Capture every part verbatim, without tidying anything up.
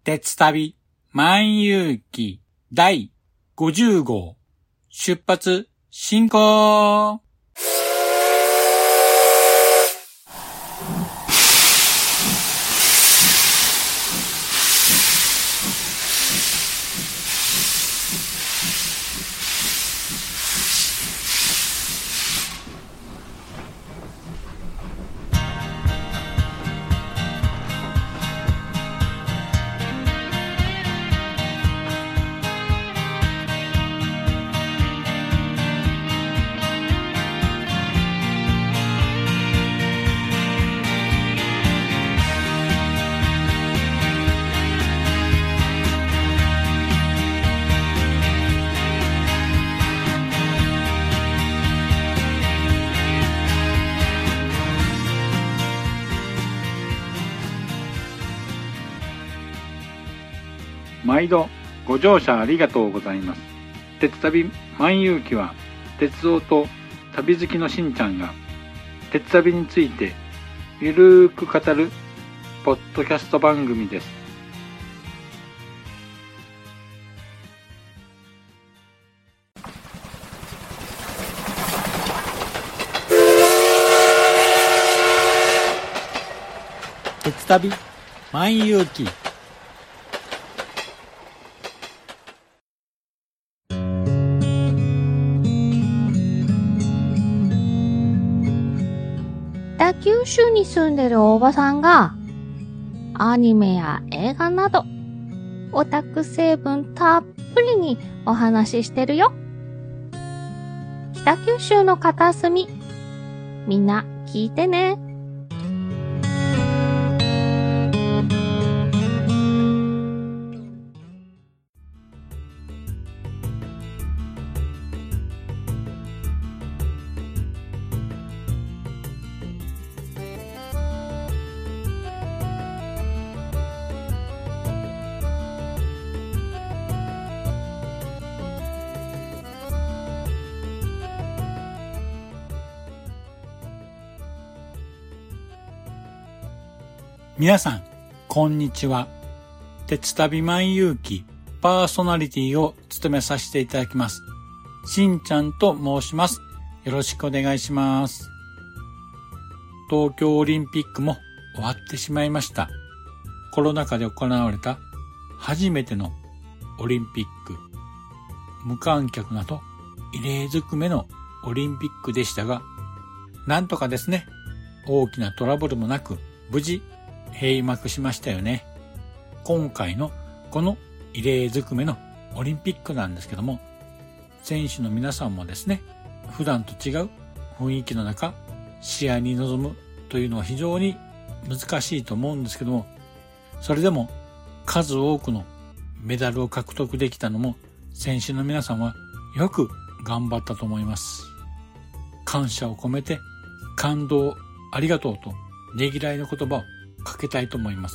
鉄旅万有記第ごじゅう号出発進行。 毎度ご乗車ありがとうございます。鉄旅万有記は鉄道と旅好きのしんちゃんが鉄旅についてゆるーく語るポッドキャスト番組です。 鉄旅万有記北九州に住んでるおばさんがアニメや映画などオタク成分たっぷりにお話ししてるよ。北九州の片隅、みんな聞いてね。 皆さん、こんにちは。鉄旅万有記パーソナリティを務めさせていただきます。しんちゃんと申します。よろしくお願いします。東京オリンピックも終わってしまいました。コロナ禍で行われた初めてのオリンピック。無観客など異例ずくめのオリンピックでしたが、なんとかですね、大きなトラブルもなく無事閉幕しましたよね。今回のこの異例ずくめのオリンピックなんですけども、選手の皆さんもですね、普段と違う雰囲気の中、試合に臨むというのは非常に難しいと思うんですけども、それでも数多くのメダルを獲得できたのも選手の皆さんはよく頑張ったと思います。感謝を込めて感動ありがとうとねぎらいの言葉をかけたいと思います。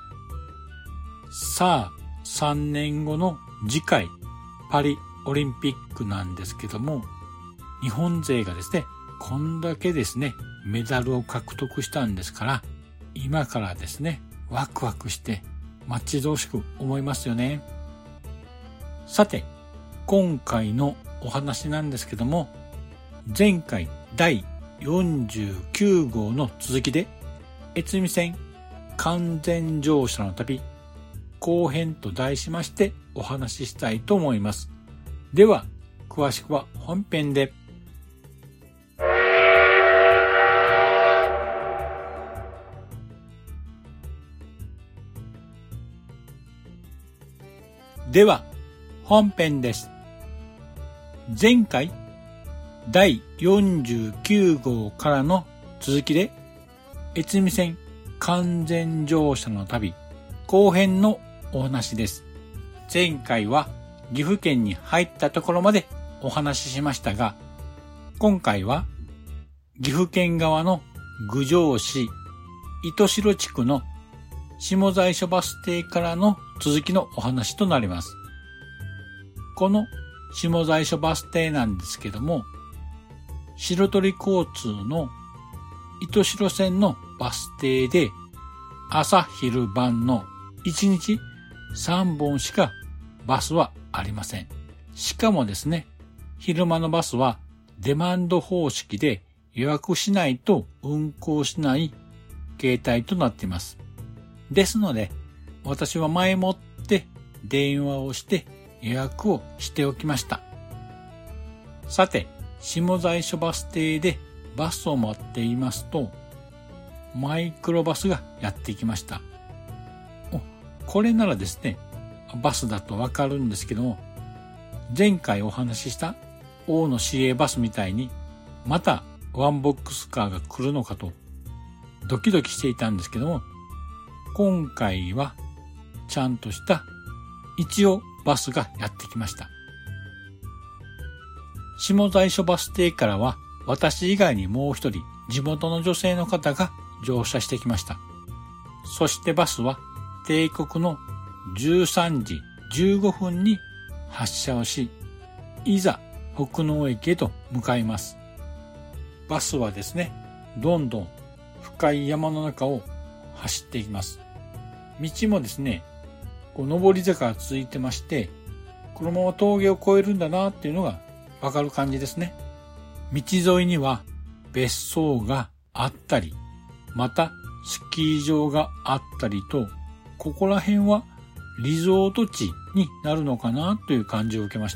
さあ、さんねんごの次回パリオリンピックなんですけども、日本勢がですね、こんだけですね、メダルを獲得したんですから、今からですね、ワクワクして待ち遠しく思いますよね。さて、今回のお話なんですけども、前回だいよんじゅうきゅう号の続きで、越美線完全乗車の旅後編と題しましてお話ししたいと思います。では、詳しくは本編で。では、本編です。前回だいよんじゅうきゅう号からの続きで、越美線完全乗車の旅後編のお話です。前回は岐阜県に入ったところまでお話ししましたが、今回は岐阜県側の郡上市糸代地区の下在所バス停からの続きのお話となります。この下在所バス停なんですけども、白鳥交通の糸代線のバス停で朝昼晩のいちにちさんぼんしかバスはありません。しかもですね、昼間のバスはデマンド方式で予約しないと運行しない形態となっています。ですので、私は前もって電話をして予約をしておきました。さて、下西所バス停でバスを待っていますと、マイクロバスがやってきました。お、これならですね、バスだとわかるんですけども、前回お話しした大野市営バスみたいに、またワンボックスカーが来るのかとドキドキしていたんですけども、今回はちゃんとした一応バスがやってきました。下西所バス停からは私以外にもう一人地元の女性の方が乗車してきました。そしてバスは定刻のじゅうさんじじゅうごふんに発車をし、いざ北濃駅へと向かいます。バスはですね、どんどん深い山の中を走っていきます。道もですね、こう上り坂が続いてまして、このまま峠を越えるんだなっていうのがわかる感じですね。道沿いには別荘があったり、またスキー場があったりと、ここら辺はリゾート地になるのかなという感じを受けました。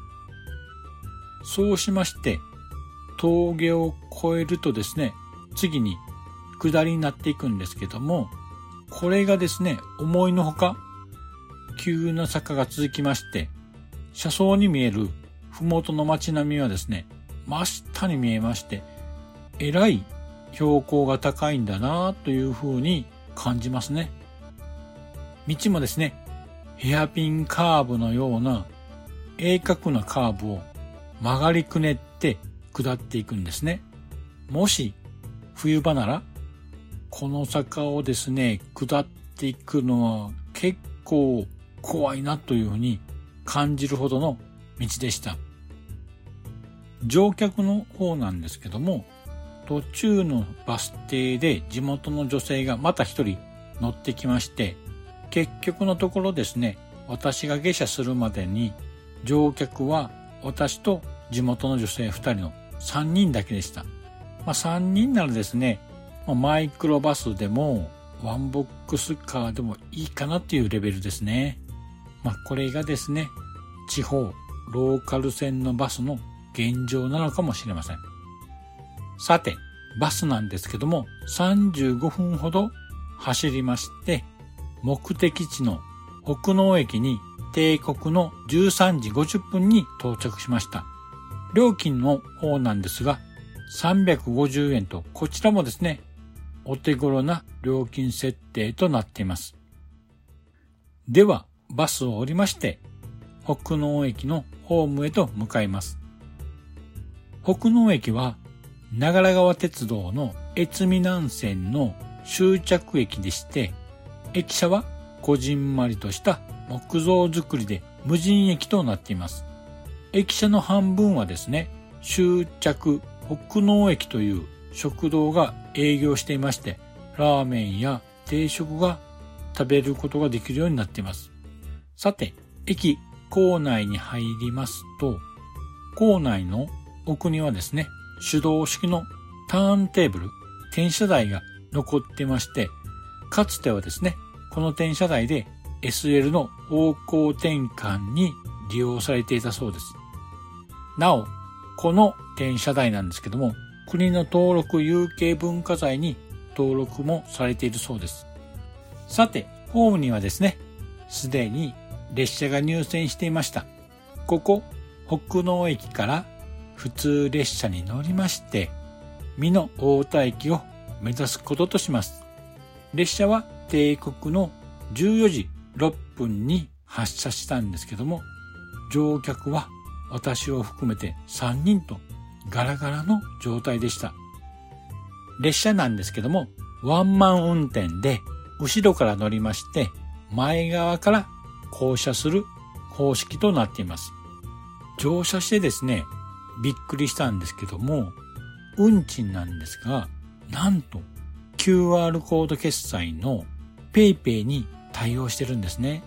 そうしまして、峠を越えるとですね、次に下りになっていくんですけども、これがですね、思いのほか急な坂が続きまして、車窓に見える麓の街並みはですね、真下に見えまして、えらい標高が高いんだなというふうに感じますね。道もですね、ヘアピンカーブのような鋭角なカーブを曲がりくねって下っていくんですね。もし冬場ならこの坂をですね、下っていくのは結構怖いなというふうに感じるほどの道でした。乗客の方なんですけども、途中のバス停で地元の女性がまた一人乗ってきまして、結局のところですね、私が下車するまでに乗客は私と地元の女性二人の三人だけでした。まあ三人ならですね、マイクロバスでもワンボックスカーでもいいかなっていうレベルですね。まあこれがですね、地方ローカル線のバスの現状なのかもしれません。さて、バスなんですけどもさんじゅうごふんほど走りまして、目的地の北濃駅に定刻のじゅうさんじごじゅっぷんに到着しました。料金の方なんですがさんびゃくごじゅうえんと、こちらもですね、お手頃な料金設定となっています。では、バスを降りまして、北濃駅のホームへと向かいます。北濃駅は、長良川鉄道の越美南線の終着駅でして、駅舎はこじんまりとした木造造りで無人駅となっています。駅舎の半分はですね、終着北濃駅という食堂が営業していまして、ラーメンや定食が食べることができるようになっています。さて、駅構内に入りますと、構内の奥にはですね、手動式のターンテーブル、転車台が残っていまして、かつてはですね、この転車台で エスエル の方向転換に利用されていたそうです。なお、この転車台なんですけども、国の登録有形文化財に登録もされているそうです。さて、ホームにはですね、すでに列車が入線していました。ここ、北濃駅から普通列車に乗りまして、美濃太田駅を目指すこととします。列車は定刻のじゅうよじろっぷんに発車したんですけども、乗客は私を含めてさんにんとガラガラの状態でした。列車なんですけども、ワンマン運転で後ろから乗りまして、前側から降車する方式となっています。乗車してですね、びっくりしたんですけども、運賃なんですが、なんと キューアール コード決済の PayPay に対応してるんですね。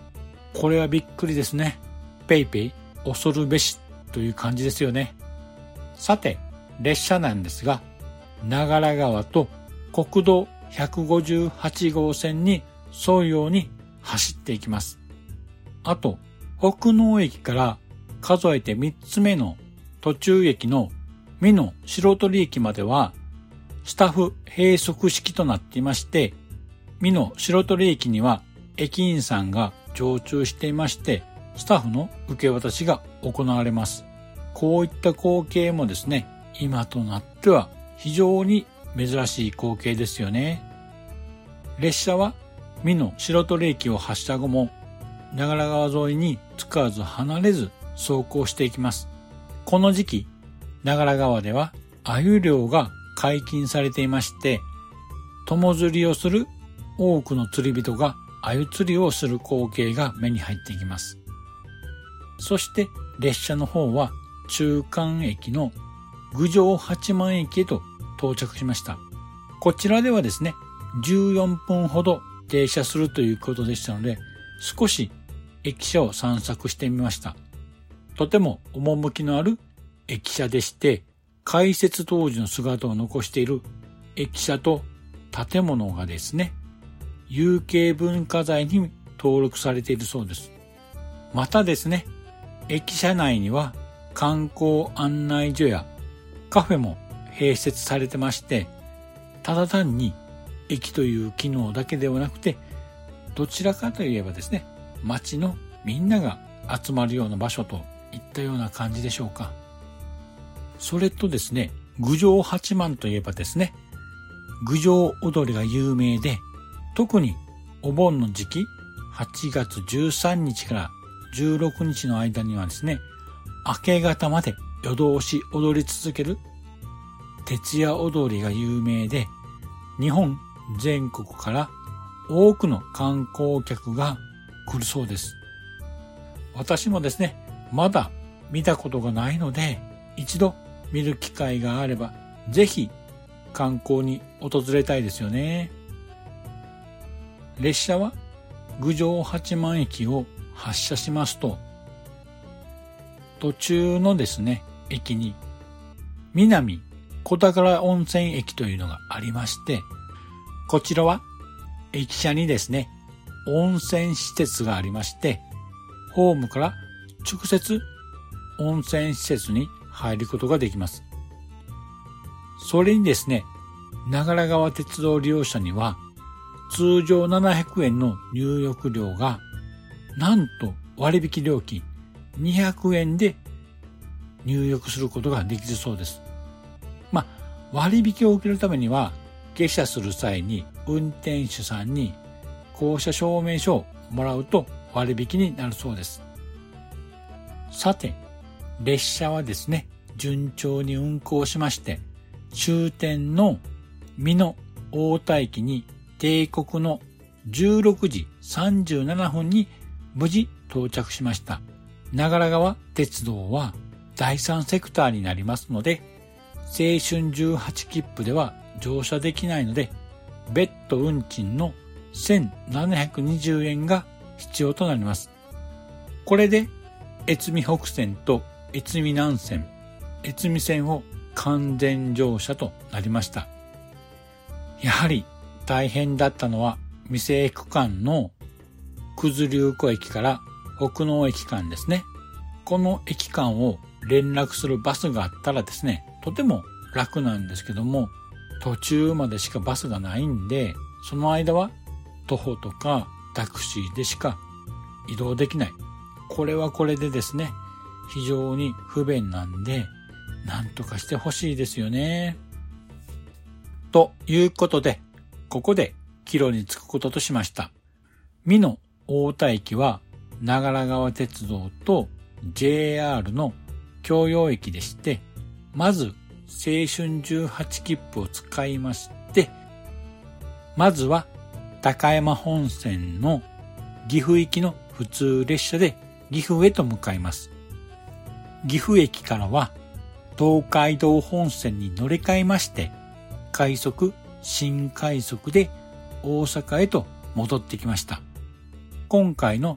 これはびっくりですね。ペイペイ恐るべしという感じですよね。さて、列車なんですが、長良川と国道ひゃくごじゅうはちごうせんに沿うように走っていきます。あと、北濃駅から数えてみっつめの途中駅の美濃白鳥駅までは、スタッフ閉塞式となっていまして、美濃白鳥駅には駅員さんが常駐していまして、スタッフの受け渡しが行われます。こういった光景もですね、今となっては非常に珍しい光景ですよね。列車は美濃白鳥駅を発車後も長良川沿いに使わず離れず走行していきます。この時期、長良川では鮎漁が解禁されていまして、友釣りをする多くの釣り人が鮎釣りをする光景が目に入ってきます。そして列車の方は中間駅の郡上八幡駅へと到着しました。こちらではですね、じゅうよんぷんほど停車するということでしたので、少し駅舎を散策してみました。とても趣のある駅舎でして、開設当時の姿を残している駅舎と建物がですね、有形文化財に登録されているそうです。またですね、駅舎内には観光案内所やカフェも併設されてまして、ただ単に駅という機能だけではなくて、どちらかといえばですね、街のみんなが集まるような場所といったような感じでしょうか。それとですね、郡上八幡といえばですね、郡上踊りが有名で、特にお盆の時期、はちがつじゅうさんにちからじゅうろくにちの間にはですね、明け方まで夜通し踊り続ける徹夜踊りが有名で、日本全国から多くの観光客が来るそうです。私もですね、まだ見たことがないので、一度見る機会があれば、ぜひ観光に訪れたいですよね。列車は郡上八幡駅を発車しますと、途中のですね、駅に南小宝温泉駅というのがありまして、こちらは駅舎にですね、温泉施設がありまして、ホームから直接温泉施設に入ることができます。それにですね、長良川鉄道利用者には通常ななひゃくえんの入浴料がなんと割引料金にひゃくえんで入浴することができるそうです。まあ、割引を受けるためには下車する際に運転手さんに降車証明書をもらうと割引になるそうです。さて、列車はですね、順調に運行しまして、終点の美濃太田駅に定刻のじゅうろくじさんじゅうななふんに無事到着しました。長良川鉄道はだいさんセクターになりますので、青春じゅうはち切符では乗車できないので、別途運賃のせんななひゃくにじゅうえんが必要となります。これで越美北線と越美南線、越美線を完全乗車となりました。やはり大変だったのは未成区間の九頭竜湖駅から北濃駅間ですね。この駅間を連絡するバスがあったらですね、とても楽なんですけども、途中までしかバスがないんで、その間は徒歩とかタクシーでしか移動できない。これはこれでですね、非常に不便なんで、なんとかしてほしいですよね。ということで、ここで帰路に着くこととしました。美濃太田駅は長良川鉄道と ジェイアール の共用駅でして、まず青春じゅうはち切符を使いまして、まずは高山本線の岐阜行きの普通列車で岐阜へと向かいます。岐阜駅からは東海道本線に乗り換えまして、快速、新快速で大阪へと戻ってきました。今回の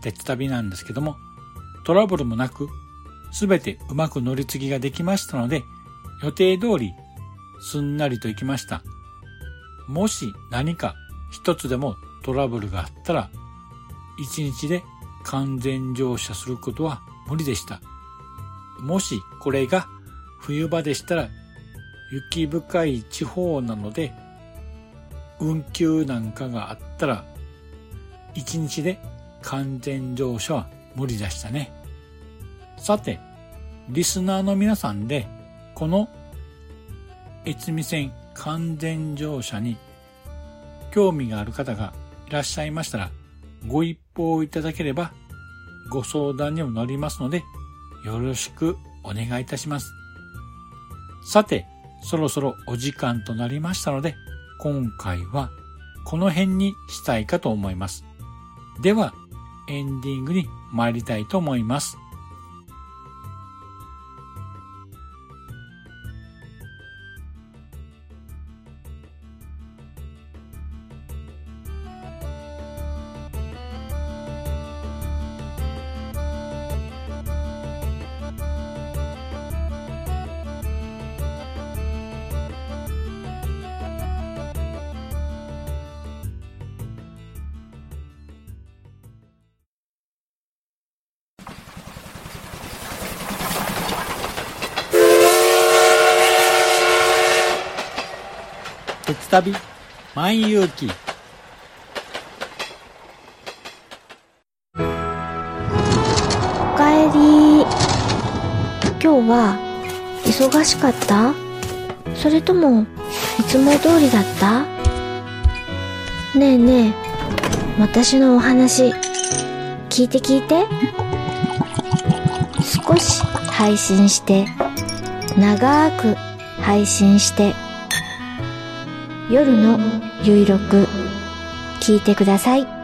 鉄旅なんですけども、トラブルもなく、すべてうまく乗り継ぎができましたので、予定通りすんなりと行きました。もし何か一つでもトラブルがあったら、一日で完全乗車することは無理でした。もしこれが冬場でしたら、雪深い地方なので、運休なんかがあったら、一日で完全乗車は無理でしたね。さて、リスナーの皆さんで、この越美線完全乗車に興味がある方がいらっしゃいましたら、ご一報いただければご相談にも乗りますので、よろしくお願いいたします。さて、そろそろお時間となりましたので、今回はこの辺にしたいかと思います。では、エンディングに参りたいと思います。鉄旅万有記。 おかえり。今日は忙しかった？それともいつも通りだった？ねえねえ、私のお話聞いて聞いて。少し配信して、長く配信して、夜のゆいろく聞いてください。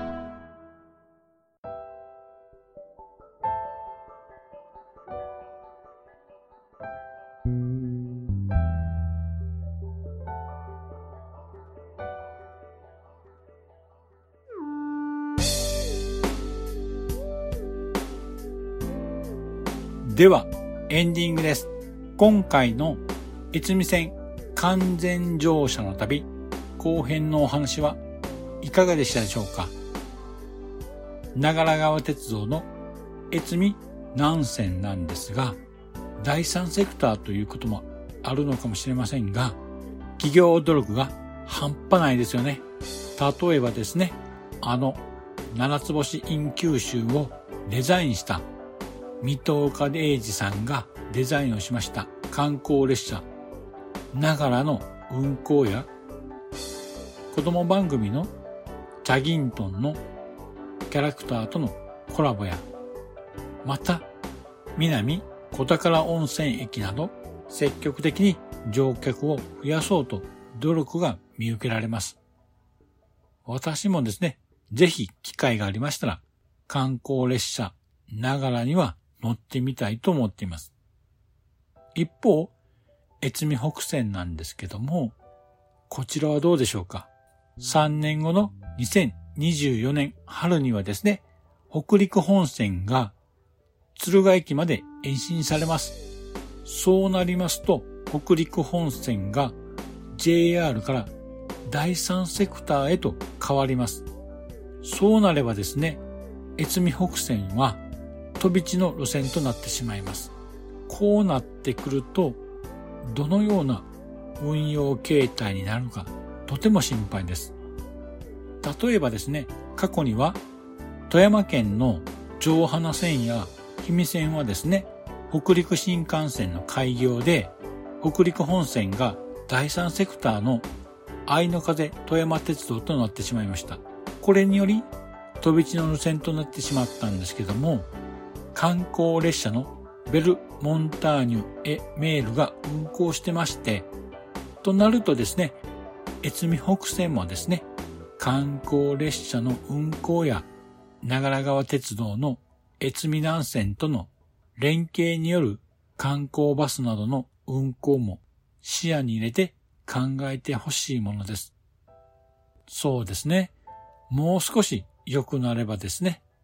では、エンディングです。今回の越美線完全乗車の旅後編のお話はいかがでしたでしょうか。長良川鉄道の越美南線なんですが、第三セクターということもあるのかもしれませんが、企業努力が半端ないですよね。例えばですね、あの七つ星 in 九州をデザインした水戸岡英二さんがデザインをしました観光列車長良の運行や、子供番組のチャギントンのキャラクターとのコラボや、また南小宝温泉駅など積極的に乗客を増やそうと努力が見受けられます。私もですね、ぜひ機会がありましたら観光列車長良には乗ってみたいと思っています。一方、越美北線なんですけども、こちらはどうでしょうか。さんねんごのにせんにじゅうよねん春にはですね、北陸本線が敦賀駅まで延伸されます。そうなりますと、北陸本線が ジェイアール から第三セクターへと変わります。そうなればですね、越美北線は飛び地の路線となってしまいます。こうなってくると、どのような運用形態になるのか、とても心配です。例えばですね、過去には富山県の城花線や氷見線はですね、北陸新幹線の開業で、北陸本線が第三セクターの愛の風富山鉄道となってしまいました。これにより飛び地の路線となってしまったんですけども、観光列車のベルモンターニュエメールが運行してまして、となるとですね、越美北線もですね、観光列車の運行や長良川鉄道の越美南線との連携による観光バスなどの運行も視野に入れて考えてほしいものです。そうですね。もう少し良くなればですね、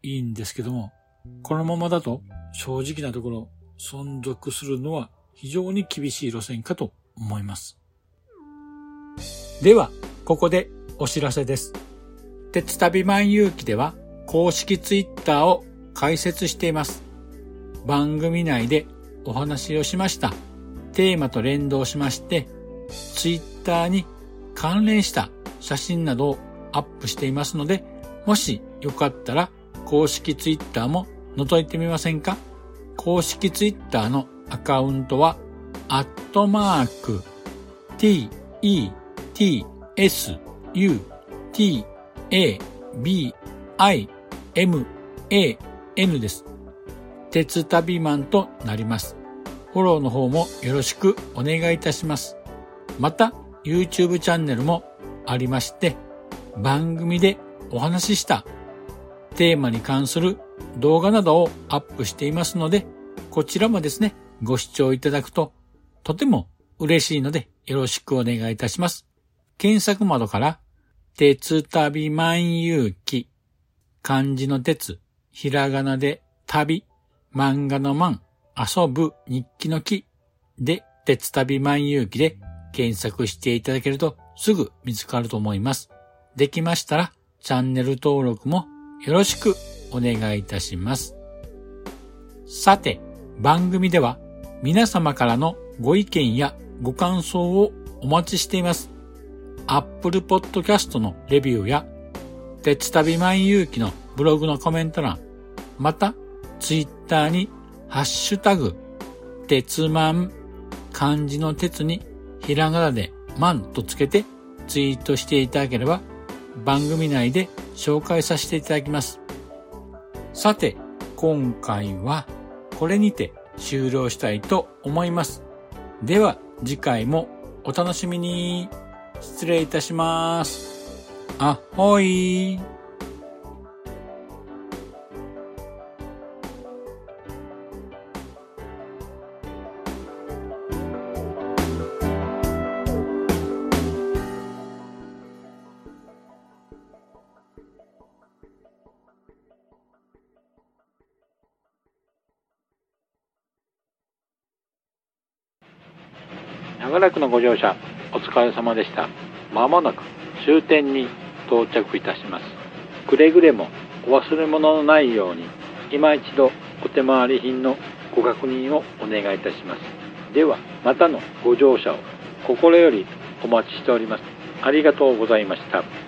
いいんですけども、このままだと正直なところ存続するのは非常に厳しい路線かと思います。では、ここでお知らせです。鉄旅万有記では公式ツイッターを開設しています。番組内でお話をしましたテーマと連動しまして、ツイッターに関連した写真などをアップしていますので、もしよかったら公式ツイッターも覗いてみませんか？公式ツイッターのアカウントは、アットマーク、t, e, t, s, u, t, a, b, i, m, a, n です。鉄旅マンとなります。フォローの方もよろしくお願いいたします。また、YouTube チャンネルもありまして、番組でお話ししたテーマに関する動画などをアップしていますので、こちらもですね、ご視聴いただくととても嬉しいのでよろしくお願いいたします。検索窓から、鉄旅万有記、漢字の鉄、ひらがなで旅、漫画の漫、遊ぶ日記の記で、鉄旅万有記で検索していただけるとすぐ見つかると思います。できましたらチャンネル登録もよろしくお願いいたします。さて、番組では皆様からのご意見やご感想をお待ちしています。Apple Podcast のレビューや鉄旅万有記のブログのコメント欄、またツイッターにハッシュタグ鉄マン、漢字の鉄にひらがなでマンとつけてツイートしていただければ番組内で紹介させていただきます。さて、今回はこれにて終了したいと思います。では次回もお楽しみに。失礼いたします。あほい。 長らくのご乗車お疲れ様でした。まもなく終点に到着いたします。くれぐれもお忘れ物のないように今一度お手回り品のご確認をお願いいたします。ではまたのご乗車を心よりお待ちしております。ありがとうございました。